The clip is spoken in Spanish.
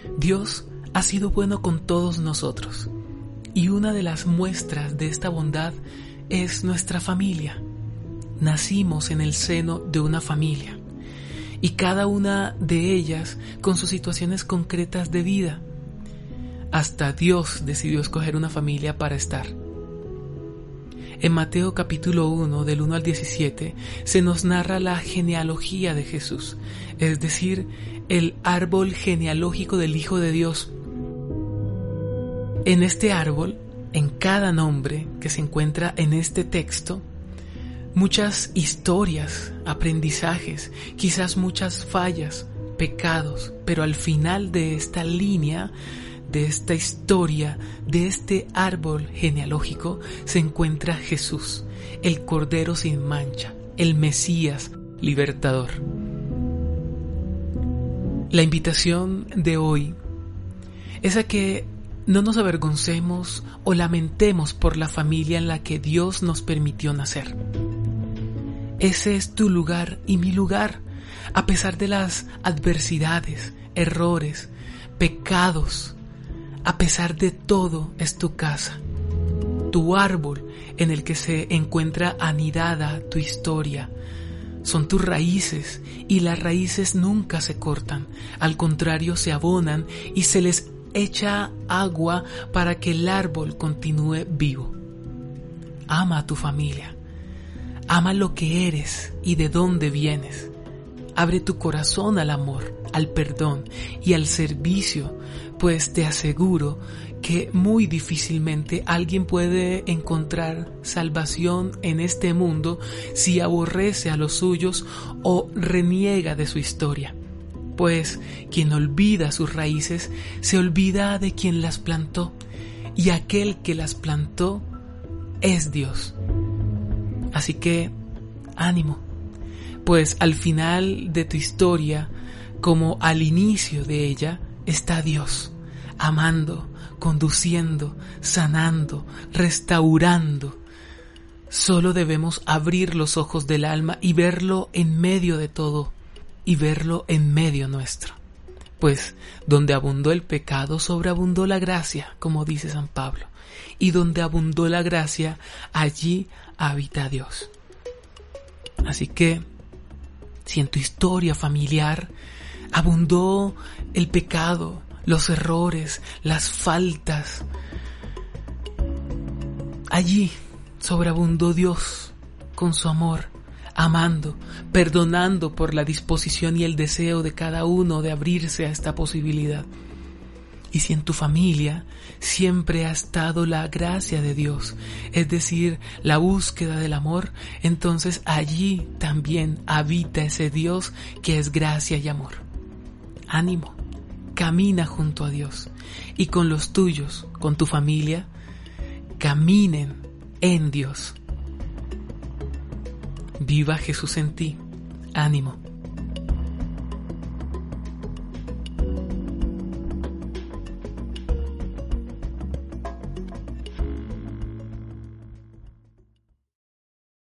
Dios ha sido bueno con todos nosotros, y una de las muestras de esta bondad es nuestra familia. Nacimos en el seno de una familia, y cada una de ellas con sus situaciones concretas de vida. Hasta Dios decidió escoger una familia para estar. En Mateo capítulo 1, del 1 al 17, se nos narra la genealogía de Jesús, es decir, el árbol genealógico del Hijo de Dios. En este árbol, en cada nombre que se encuentra en este texto, muchas historias, aprendizajes, quizás muchas fallas, pecados, pero al final de esta línea, de esta historia, de este árbol genealógico, se encuentra Jesús, el Cordero sin mancha, el Mesías libertador. La invitación de hoy es a que no nos avergoncemos o lamentemos por la familia en la que Dios nos permitió nacer. Ese es tu lugar y mi lugar, a pesar de las adversidades, errores, pecados. A pesar de todo, es tu casa, tu árbol en el que se encuentra anidada tu historia. Son tus raíces, y las raíces nunca se cortan, al contrario se abonan y se les echa agua para que el árbol continúe vivo. Ama a tu familia, ama lo que eres y de dónde vienes. Abre tu corazón al amor, al perdón y al servicio, pues te aseguro que muy difícilmente alguien puede encontrar salvación en este mundo si aborrece a los suyos o reniega de su historia. Pues quien olvida sus raíces se olvida de quien las plantó, y aquel que las plantó es Dios. Así que, ánimo. Pues al final de tu historia, como al inicio de ella, está Dios, amando, conduciendo, sanando, restaurando. Solo debemos abrir los ojos del alma y verlo en medio de todo, y verlo en medio nuestro. Pues donde abundó el pecado, sobreabundó la gracia, como dice San Pablo, y donde abundó la gracia, allí habita Dios. Así que, si en tu historia familiar abundó el pecado, los errores, las faltas, allí sobreabundó Dios con su amor, amando, perdonando por la disposición y el deseo de cada uno de abrirse a esta posibilidad. Y si en tu familia siempre ha estado la gracia de Dios, es decir, la búsqueda del amor, entonces allí también habita ese Dios que es gracia y amor. Ánimo, camina junto a Dios, y con los tuyos, con tu familia, caminen en Dios. Viva Jesús en ti. Ánimo.